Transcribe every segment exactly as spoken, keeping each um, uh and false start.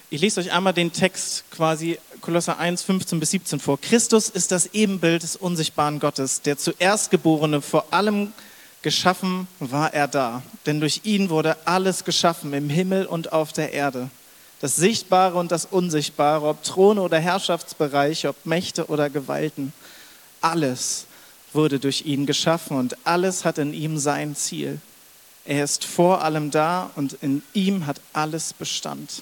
Ich lese euch einmal den Text quasi Kolosser eins, fünfzehn bis siebzehn vor. Christus ist das Ebenbild des unsichtbaren Gottes, der Zuerstgeborene, vor allem geschaffen war er da. Denn durch ihn wurde alles geschaffen, im Himmel und auf der Erde. Das Sichtbare und das Unsichtbare, ob Throne oder Herrschaftsbereiche, ob Mächte oder Gewalten. Alles wurde durch ihn geschaffen und alles hat in ihm sein Ziel. Er ist vor allem da und in ihm hat alles Bestand.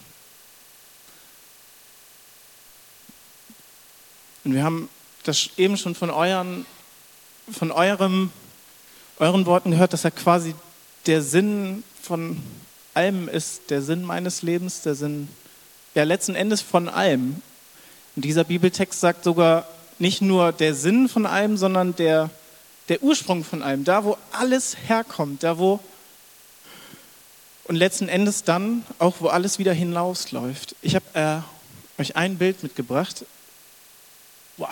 Und wir haben das eben schon von euren, von eurem, euren Worten gehört, dass er quasi der Sinn von allem ist, der Sinn meines Lebens, der Sinn, ja letzten Endes von allem. Und dieser Bibeltext sagt sogar nicht nur der Sinn von allem, sondern der, der Ursprung von allem, da wo alles herkommt, da wo und letzten Endes dann auch, wo alles wieder hinausläuft. Ich habe äh, euch ein Bild mitgebracht. Wow.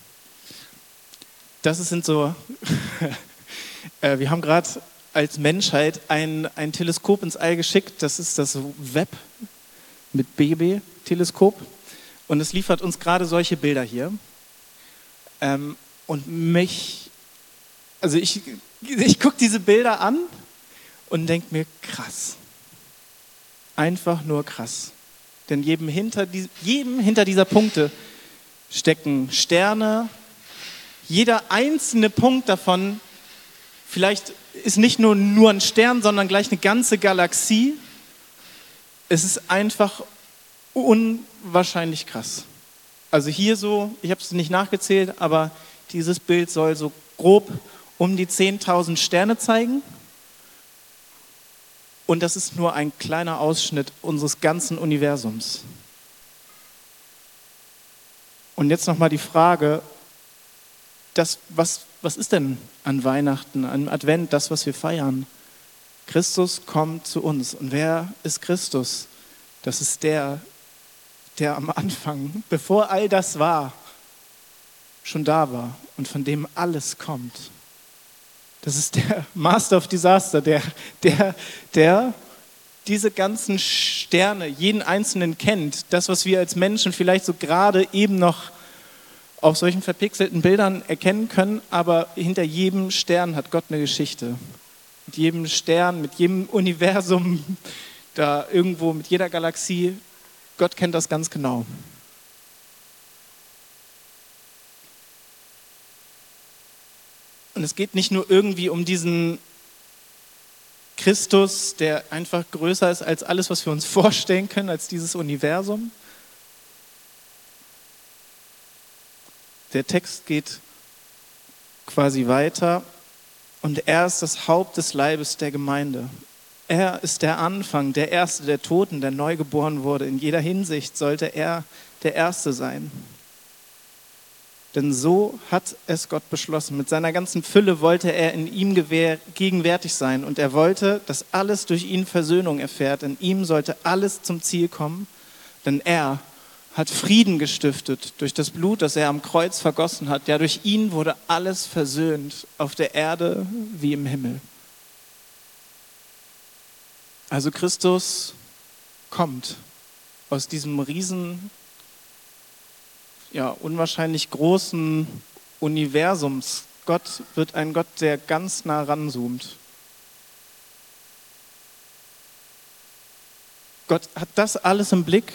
Das sind so, äh, wir haben gerade als Menschheit ein, ein Teleskop ins All geschickt. Das ist das Webb mit B B-Teleskop. Und es liefert uns gerade solche Bilder hier. Ähm, und mich, also ich, ich gucke diese Bilder an und denke mir, krass. Einfach nur krass. Denn jedem hinter, die, jedem hinter dieser Punkte stecken Sterne. Jeder einzelne Punkt davon, vielleicht ist nicht nur, nur ein Stern, sondern gleich eine ganze Galaxie. Es ist einfach unwahrscheinlich krass. Also hier so, ich habe es nicht nachgezählt, aber dieses Bild soll so grob um die zehntausend Sterne zeigen. Und das ist nur ein kleiner Ausschnitt unseres ganzen Universums. Und jetzt nochmal die Frage, das, was, was ist denn an Weihnachten, an Advent, das, was wir feiern? Christus kommt zu uns. Und wer ist Christus? Das ist der, der am Anfang, bevor all das war, schon da war und von dem alles kommt. Das ist der Master of Disaster, der, der, der diese ganzen Sterne, jeden einzelnen kennt. Das, was wir als Menschen vielleicht so gerade eben noch auf solchen verpixelten Bildern erkennen können, aber hinter jedem Stern hat Gott eine Geschichte. Mit jedem Stern, mit jedem Universum, da irgendwo, mit jeder Galaxie. Gott kennt das ganz genau. Und es geht nicht nur irgendwie um diesen Christus, der einfach größer ist als alles, was wir uns vorstellen können, als dieses Universum. Der Text geht quasi weiter und er ist das Haupt des Leibes der Gemeinde. Er ist der Anfang, der Erste der Toten, der neu geboren wurde. In jeder Hinsicht sollte er der Erste sein. Denn so hat es Gott beschlossen. Mit seiner ganzen Fülle wollte er in ihm gegenwärtig sein. Und er wollte, dass alles durch ihn Versöhnung erfährt. In ihm sollte alles zum Ziel kommen. Denn er hat Frieden gestiftet durch das Blut, das er am Kreuz vergossen hat. Ja, durch ihn wurde alles versöhnt, auf der Erde wie im Himmel. Also Christus kommt aus diesem riesen, ja, unwahrscheinlich großen Universums. Gott wird ein Gott, der ganz nah ranzoomt. Gott hat das alles im Blick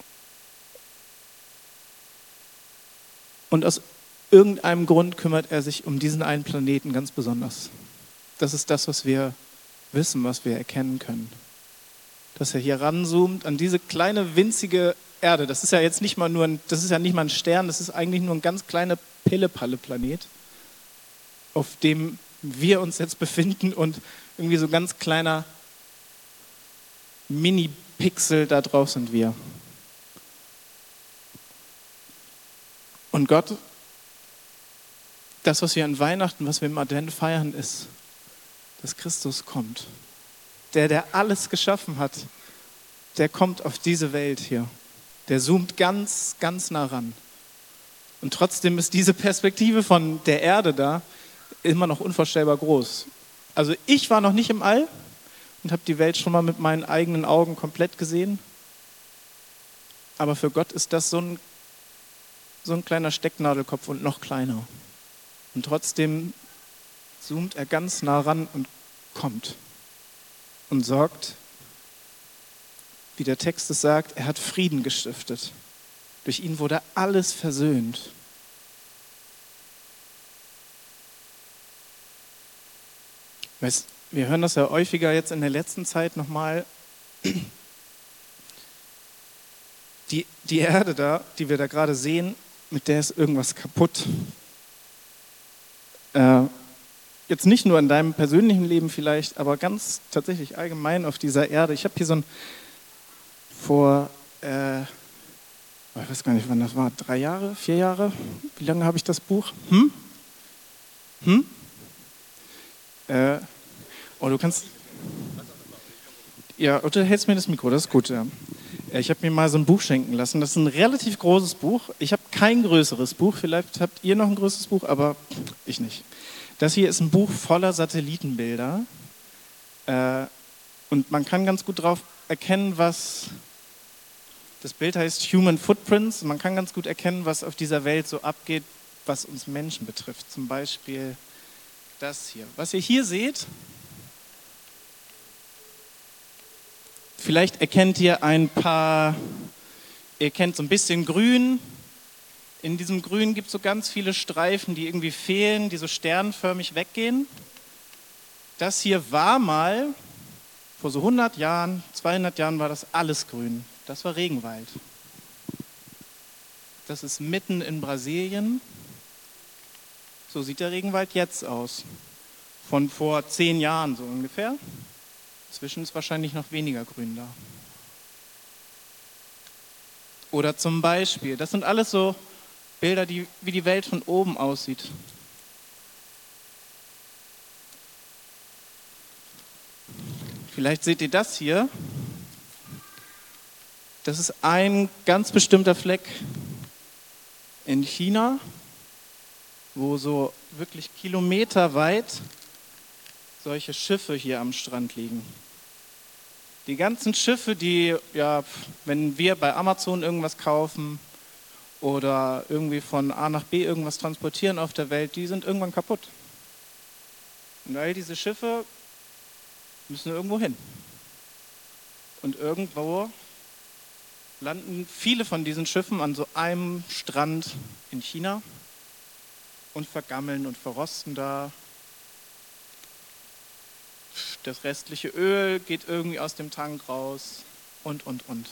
und aus irgendeinem Grund kümmert er sich um diesen einen Planeten ganz besonders. Das ist das, was wir wissen, was wir erkennen können. Dass er hier ranzoomt an diese kleine, winzige Erde. Das ist ja jetzt nicht mal nur ein, das ist ja nicht mal ein Stern, das ist eigentlich nur ein ganz kleiner Pille-Palle-Planet, auf dem wir uns jetzt befinden und irgendwie so ein ganz kleiner Mini-Pixel da drauf sind wir. Und Gott, das, was wir an Weihnachten, was wir im Advent feiern, ist, dass Christus kommt. Der, der alles geschaffen hat, der kommt auf diese Welt hier. Der zoomt ganz, ganz nah ran. Und trotzdem ist diese Perspektive von der Erde da immer noch unvorstellbar groß. Also ich war noch nicht im All und habe die Welt schon mal mit meinen eigenen Augen komplett gesehen. aber für Gott ist das so ein, so ein kleiner Stecknadelkopf und noch kleiner. Und trotzdem zoomt er ganz nah ran und kommt und sorgt, wie der Text es sagt, er hat Frieden gestiftet. Durch ihn wurde alles versöhnt. Weißt, wir hören das ja häufiger jetzt in der letzten Zeit nochmal. Die, die Erde da, die wir da gerade sehen, mit der ist irgendwas kaputt. Äh, jetzt nicht nur in deinem persönlichen Leben vielleicht, aber ganz tatsächlich allgemein auf dieser Erde. Ich habe hier so ein, vor, äh, ich weiß gar nicht, wann das war, drei Jahre, vier Jahre? Wie lange habe ich das Buch? Hm? Hm? Äh, oh, du kannst... Ja, du hältst mir das Mikro, das ist gut, ja. Ich habe mir mal so ein Buch schenken lassen. Das ist ein relativ großes Buch. Ich habe kein größeres Buch. Vielleicht habt ihr noch ein größeres Buch, aber ich nicht. Das hier ist ein Buch voller Satellitenbilder. Und man kann ganz gut drauf erkennen, was... Das Bild heißt Human Footprints. Man kann ganz gut erkennen, was auf dieser Welt so abgeht, was uns Menschen betrifft. Zum Beispiel das hier. Was ihr hier seht... Vielleicht erkennt ihr ein paar, ihr erkennt so ein bisschen Grün. In diesem Grün gibt es so ganz viele Streifen, die irgendwie fehlen, die so sternförmig weggehen. Das hier war mal, vor so hundert Jahren, zweihundert Jahren war das alles grün. Das war Regenwald. Das ist mitten in Brasilien. So sieht der Regenwald jetzt aus. Von vor zehn Jahren so ungefähr. Inzwischen ist wahrscheinlich noch weniger Grün da. Oder zum Beispiel, das sind alles so Bilder, die, wie die Welt von oben aussieht. Vielleicht seht ihr das hier. Das ist ein ganz bestimmter Fleck in China, wo so wirklich kilometerweit solche Schiffe hier am Strand liegen. Die ganzen Schiffe, die, ja, wenn wir bei Amazon irgendwas kaufen oder irgendwie von A nach B irgendwas transportieren auf der Welt, die sind irgendwann kaputt. Und all diese Schiffe müssen irgendwo hin. Und irgendwo landen viele von diesen Schiffen an so einem Strand in China und vergammeln und verrosten da. Das restliche Öl geht irgendwie aus dem Tank raus und, und, und.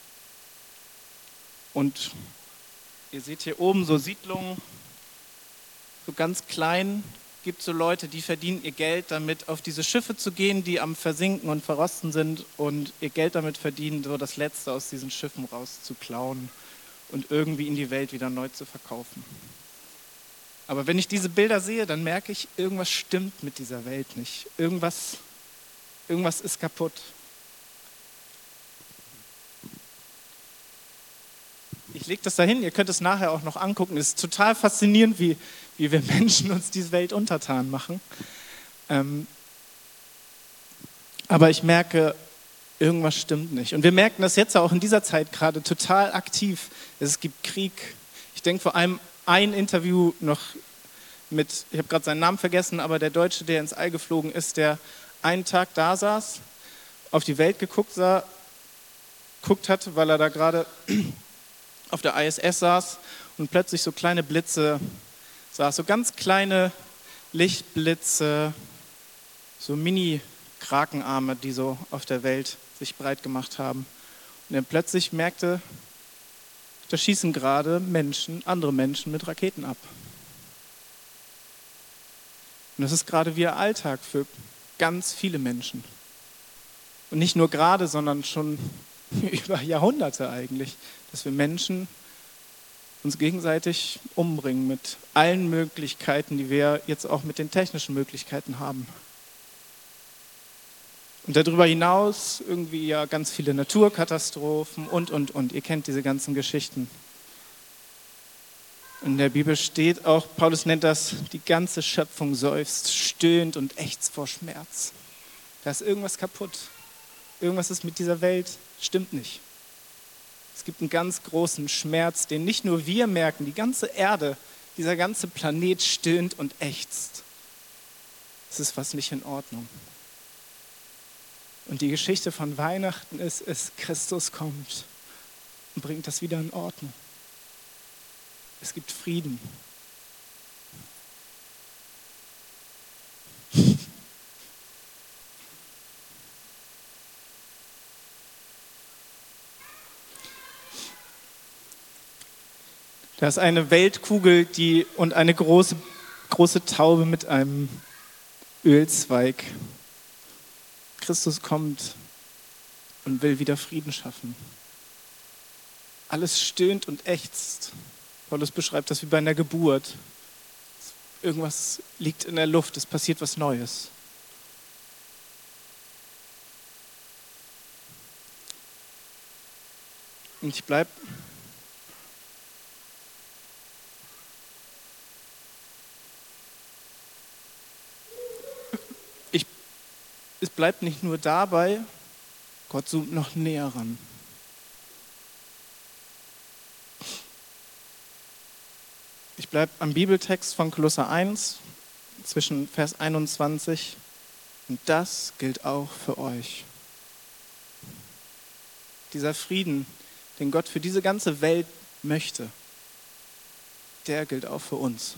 Und ihr seht hier oben so Siedlungen, so ganz klein, gibt es so Leute, die verdienen ihr Geld damit, auf diese Schiffe zu gehen, die am Versinken und Verrosten sind und ihr Geld damit verdienen, so das Letzte aus diesen Schiffen rauszuklauen und irgendwie in die Welt wieder neu zu verkaufen. Aber wenn ich diese Bilder sehe, dann merke ich, irgendwas stimmt mit dieser Welt nicht. Irgendwas, irgendwas ist kaputt. Ich lege das dahin, ihr könnt es nachher auch noch angucken. Es ist total faszinierend, wie, wie wir Menschen uns diese Welt untertan machen. Ähm, aber ich merke, irgendwas stimmt nicht. Und wir merken das jetzt auch in dieser Zeit gerade total aktiv. Es gibt Krieg. Ich denke vor allem ein Interview noch mit, ich habe gerade seinen Namen vergessen, aber der Deutsche, der ins All geflogen ist, der einen Tag da saß, auf die Welt geguckt sah, geguckt hat, weil er da gerade auf der I S S saß und plötzlich so kleine Blitze sah, so ganz kleine Lichtblitze, so Mini-Krakenarme, die so auf der Welt sich breit gemacht haben. Und er plötzlich merkte, da schießen gerade Menschen, andere Menschen mit Raketen ab. Und das ist gerade wie ein Alltag für ganz viele Menschen. Und nicht nur gerade, sondern schon über Jahrhunderte eigentlich, dass wir Menschen uns gegenseitig umbringen mit allen Möglichkeiten, die wir jetzt auch mit den technischen Möglichkeiten haben. Und darüber hinaus irgendwie ja ganz viele Naturkatastrophen und, und, und. Ihr kennt diese ganzen Geschichten. In der Bibel steht auch, Paulus nennt das, die ganze Schöpfung seufzt, stöhnt und ächzt vor Schmerz. Da ist irgendwas kaputt. Irgendwas ist mit dieser Welt, stimmt nicht. Es gibt einen ganz großen Schmerz, den nicht nur wir merken, die ganze Erde, dieser ganze Planet stöhnt und ächzt. Es ist was nicht in Ordnung. Und die Geschichte von Weihnachten ist, ist, Christus kommt und bringt das wieder in Ordnung. Es gibt Frieden. Da ist eine Weltkugel die, und eine große, große Taube mit einem Ölzweig. Christus kommt und will wieder Frieden schaffen. Alles stöhnt und ächzt. Paulus beschreibt das wie bei einer Geburt. Irgendwas liegt in der Luft, es passiert was Neues. Und ich bleibe ich, es bleibt nicht nur dabei, Gott zoomt noch näher ran. Ich bleibe am Bibeltext von Kolosser eins, zwischen Vers einundzwanzig. Und das gilt auch für euch. Dieser Frieden, den Gott für diese ganze Welt möchte, der gilt auch für uns.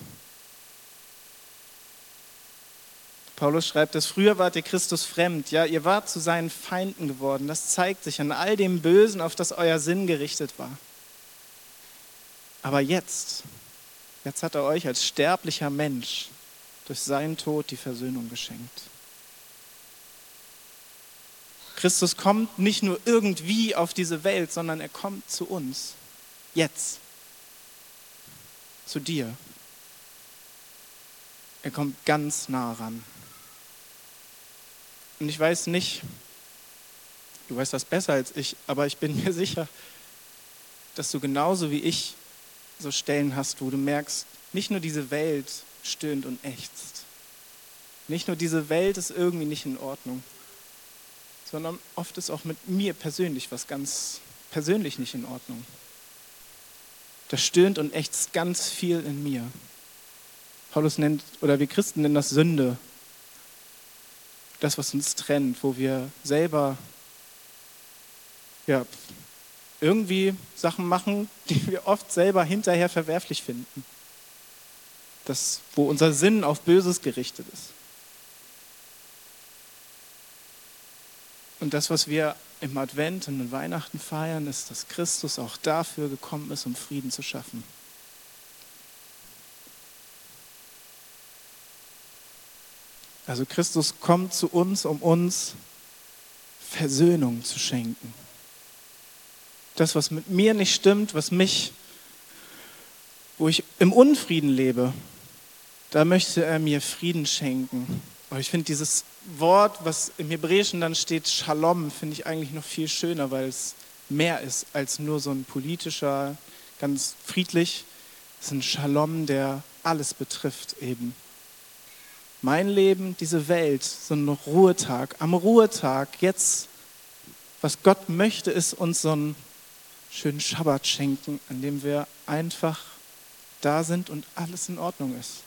Paulus schreibt es, früher wart ihr Christus fremd, ja, ihr wart zu seinen Feinden geworden. Das zeigt sich an all dem Bösen, auf das euer Sinn gerichtet war. Aber jetzt, jetzt hat er euch als sterblicher Mensch durch seinen Tod die Versöhnung geschenkt. Christus kommt nicht nur irgendwie auf diese Welt, sondern er kommt zu uns. Jetzt. Zu dir. Er kommt ganz nah ran. Und ich weiß nicht, du weißt das besser als ich, aber ich bin mir sicher, dass du genauso wie ich so Stellen hast, wo du merkst, nicht nur diese Welt stöhnt und ächzt. Nicht nur diese Welt ist irgendwie nicht in Ordnung, sondern oft ist auch mit mir persönlich was ganz persönlich nicht in Ordnung. Da stöhnt und ächzt ganz viel in mir. Paulus nennt, oder wir Christen nennen das Sünde. Das, was uns trennt, wo wir selber ja, irgendwie Sachen machen, die wir oft selber hinterher verwerflich finden. Das, wo unser Sinn auf Böses gerichtet ist. Und das, was wir im Advent und in Weihnachten feiern, ist, dass Christus auch dafür gekommen ist, um Frieden zu schaffen. Also Christus kommt zu uns, um uns Versöhnung zu schenken. Das, was mit mir nicht stimmt, was mich, wo ich im Unfrieden lebe, da möchte er mir Frieden schenken. Aber ich finde dieses Wort, was im Hebräischen dann steht, Shalom, finde ich eigentlich noch viel schöner, weil es mehr ist als nur so ein politischer, ganz friedlich. Es ist ein Shalom, der alles betrifft eben. Mein Leben, diese Welt, so ein Ruhetag. Am Ruhetag, jetzt, was Gott möchte, ist uns so einen schönen Schabbat schenken, an dem wir einfach da sind und alles in Ordnung ist.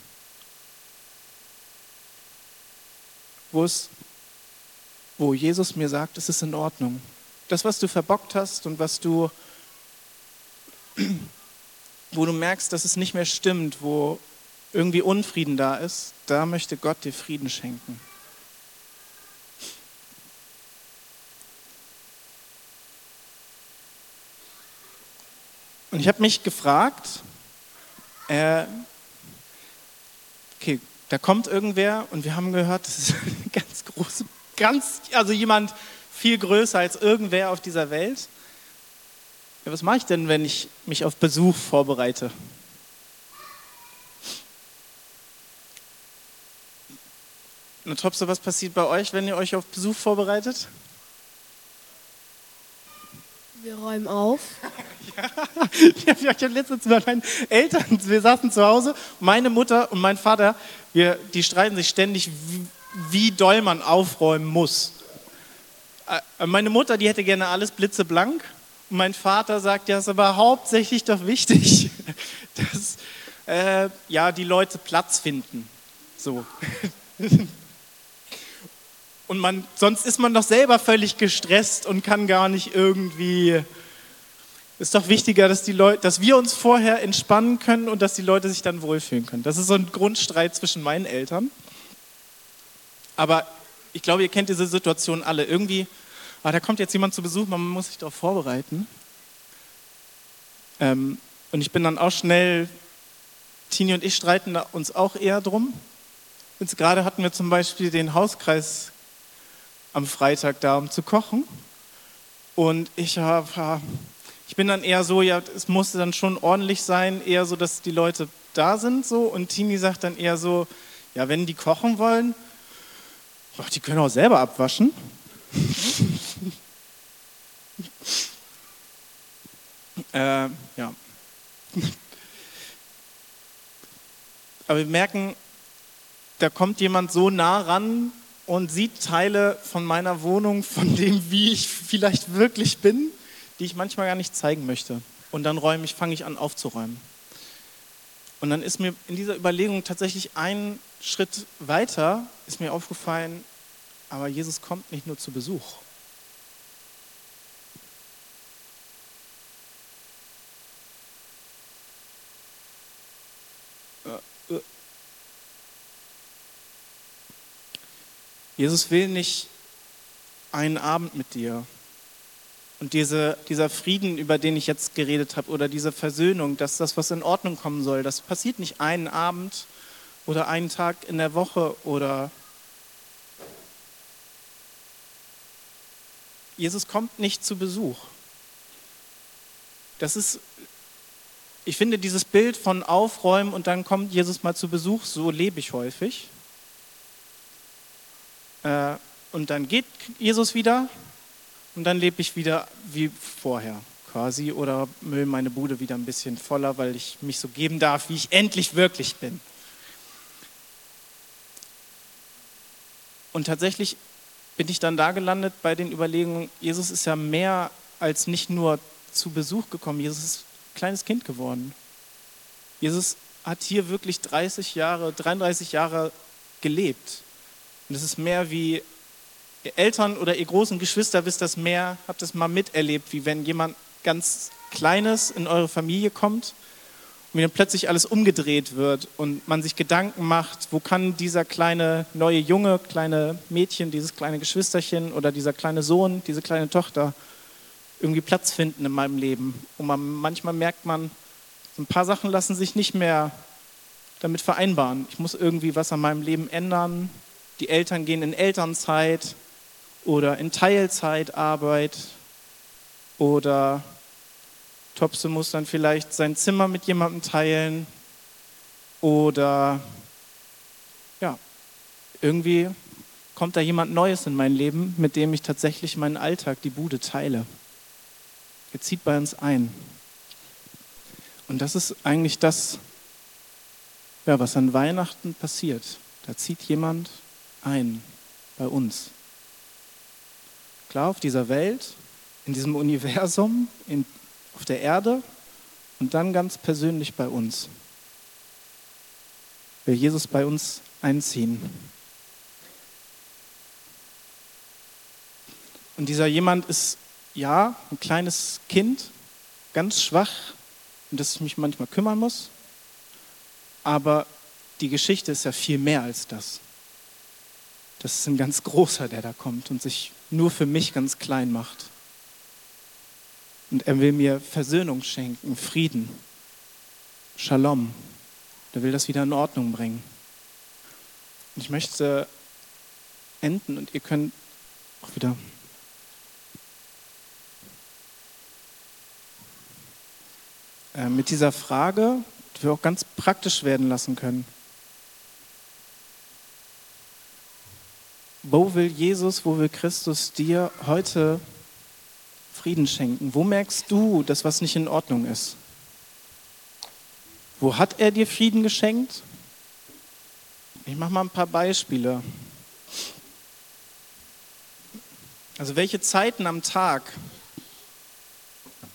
Wo es, wo Jesus mir sagt, es ist in Ordnung. Das, was du verbockt hast und was du, wo du merkst, dass es nicht mehr stimmt, wo irgendwie Unfrieden da ist, da möchte Gott dir Frieden schenken. Und ich habe mich gefragt, äh, okay, da kommt irgendwer und wir haben gehört, das ist eine ganz große, ganz, also jemand viel größer als irgendwer auf dieser Welt. Ja, was mache ich denn, wenn ich mich auf Besuch vorbereite? Und Tropse, was passiert bei euch, wenn ihr euch auf Besuch vorbereitet? Wir räumen auf. Ja, ich habe letztens bei meinen Eltern, wir saßen zu Hause, meine Mutter und mein Vater, wir, die streiten sich ständig, wie, wie doll man aufräumen muss. Meine Mutter, die hätte gerne alles blitzeblank Und mein Vater sagt, ja, ist aber hauptsächlich doch wichtig, dass äh, ja, die Leute Platz finden. So. Und man, sonst ist man doch selber völlig gestresst und kann gar nicht irgendwie. Ist doch wichtiger, dass, die Leute, dass wir uns vorher entspannen können und dass die Leute sich dann wohlfühlen können. Das ist so ein Grundstreit zwischen meinen Eltern. Aber ich glaube, ihr kennt diese Situation alle. Irgendwie, ah, da kommt jetzt jemand zu Besuch, man muss sich darauf vorbereiten. Ähm, und ich bin dann auch schnell, Tini und ich streiten uns auch eher drum. Jetzt gerade hatten wir zum Beispiel den Hauskreis am Freitag da, um zu kochen. Und ich habe... Ich bin dann eher so, ja, es musste dann schon ordentlich sein, eher so, dass die Leute da sind so. Und Tini sagt dann eher so, ja, wenn die kochen wollen, ach, die können auch selber abwaschen. äh, ja. Aber wir merken, da kommt jemand so nah ran und sieht Teile von meiner Wohnung, von dem, wie ich vielleicht wirklich bin, die ich manchmal gar nicht zeigen möchte. Und dann räume ich, fange ich an aufzuräumen. Und dann ist mir in dieser Überlegung tatsächlich ein Schritt weiter, ist mir aufgefallen, aber Jesus kommt nicht nur zu Besuch. Jesus will nicht einen Abend mit dir. Und diese, dieser Frieden, über den ich jetzt geredet habe, oder diese Versöhnung, dass das, was in Ordnung kommen soll, das passiert nicht einen Abend oder einen Tag in der Woche oder Jesus kommt nicht zu Besuch. Das ist, ich finde dieses Bild von Aufräumen und dann kommt Jesus mal zu Besuch, so lebe ich häufig. Äh, und dann geht Jesus wieder. Und dann lebe ich wieder wie vorher quasi oder müll meine Bude wieder ein bisschen voller, weil ich mich so geben darf, wie ich endlich wirklich bin. Und tatsächlich bin ich dann da gelandet bei den Überlegungen, Jesus ist ja mehr als nicht nur zu Besuch gekommen, Jesus ist ein kleines Kind geworden. Jesus hat hier wirklich dreißig Jahre, dreiunddreißig Jahre gelebt. Und es ist mehr wie ihr Eltern oder ihr großen Geschwister wisst das mehr, habt das mal miterlebt, wie wenn jemand ganz Kleines in eure Familie kommt und dann plötzlich alles umgedreht wird und man sich Gedanken macht, wo kann dieser kleine neue Junge, kleine Mädchen, dieses kleine Geschwisterchen oder dieser kleine Sohn, diese kleine Tochter irgendwie Platz finden in meinem Leben. Und man, manchmal merkt man, so ein paar Sachen lassen sich nicht mehr damit vereinbaren. Ich muss irgendwie was an meinem Leben ändern. Die Eltern gehen in Elternzeit oder in Teilzeitarbeit oder Topse muss dann vielleicht sein Zimmer mit jemandem teilen oder ja, irgendwie kommt da jemand Neues in mein Leben, mit dem ich tatsächlich meinen Alltag, die Bude teile. Er zieht bei uns ein. Und das ist eigentlich das, ja, was an Weihnachten passiert. Da zieht jemand ein bei uns. Klar, auf dieser Welt, in diesem Universum, in, auf der Erde und dann ganz persönlich bei uns. Will Jesus bei uns einziehen. Und dieser jemand ist, ja, ein kleines Kind, ganz schwach, um das ich mich manchmal kümmern muss. Aber die Geschichte ist ja viel mehr als das. Das ist ein ganz großer, der da kommt und sich nur für mich ganz klein macht. Und er will mir Versöhnung schenken, Frieden, Shalom. Er will das wieder in Ordnung bringen. Und ich möchte enden und ihr könnt auch wieder... Äh, mit dieser Frage, die wir auch ganz praktisch werden lassen können. Wo will Jesus, wo will Christus dir heute Frieden schenken? Wo merkst du, dass was nicht in Ordnung ist? Wo hat er dir Frieden geschenkt? Ich mache mal ein paar Beispiele. Also welche Zeiten am Tag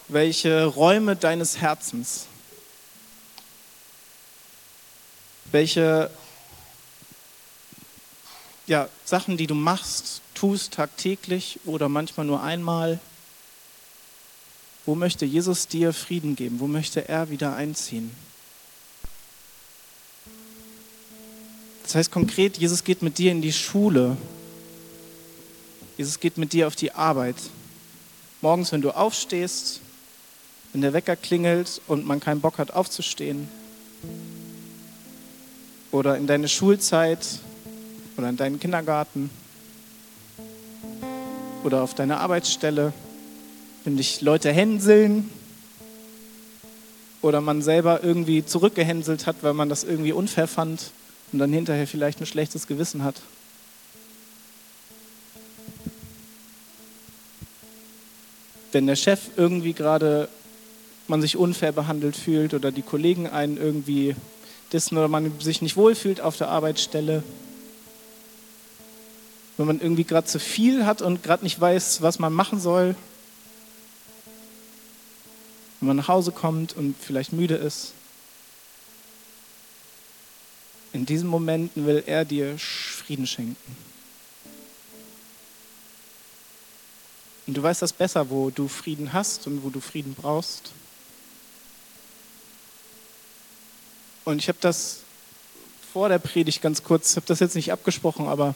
Welche Räume deines Herzens? Welche ja, Sachen, die du machst, tust tagtäglich oder manchmal nur einmal? Wo möchte Jesus dir Frieden geben? Wo möchte er wieder einziehen? Das heißt konkret, Jesus geht mit dir in die Schule. Jesus geht mit dir auf die Arbeit. Morgens, wenn du aufstehst, wenn der Wecker klingelt und man keinen Bock hat aufzustehen. Oder in deine Schulzeit oder in deinen Kindergarten. Oder auf deine Arbeitsstelle, wenn dich Leute hänseln. Oder man selber irgendwie zurückgehänselt hat, weil man das irgendwie unfair fand und dann hinterher vielleicht ein schlechtes Gewissen hat. Wenn der Chef irgendwie gerade man sich unfair behandelt fühlt oder die Kollegen einen irgendwie dissen oder man sich nicht wohlfühlt auf der Arbeitsstelle. Wenn man irgendwie gerade zu viel hat und gerade nicht weiß, was man machen soll. Wenn man nach Hause kommt und vielleicht müde ist. In diesen Momenten will er dir Frieden schenken. Und du weißt das besser, wo du Frieden hast und wo du Frieden brauchst. Und ich habe das vor der Predigt ganz kurz, ich habe das jetzt nicht abgesprochen, aber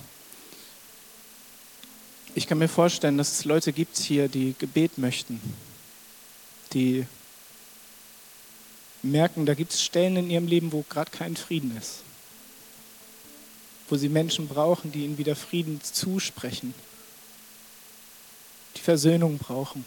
ich kann mir vorstellen, dass es Leute gibt hier, die Gebet möchten. Die merken, da gibt es Stellen in ihrem Leben, wo gerade kein Frieden ist. Wo sie Menschen brauchen, die ihnen wieder Frieden zusprechen. Die Versöhnung brauchen.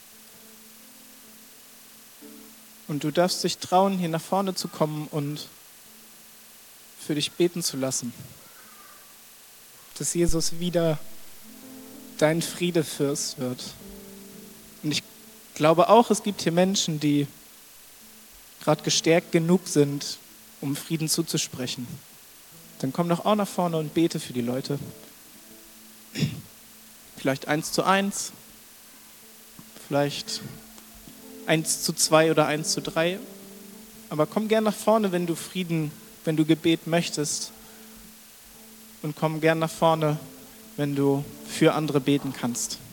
Und du darfst dich trauen, hier nach vorne zu kommen und für dich beten zu lassen. Dass Jesus wieder dein Friedefürst wird. Und ich glaube auch, es gibt hier Menschen, die gerade gestärkt genug sind, um Frieden zuzusprechen. Dann komm doch auch nach vorne und bete für die Leute. Vielleicht eins zu eins, vielleicht eins zu zwei oder eins zu drei. Aber komm gern nach vorne, wenn du Frieden, wenn du Gebet möchtest. Und komm gern nach vorne, wenn du für andere beten kannst.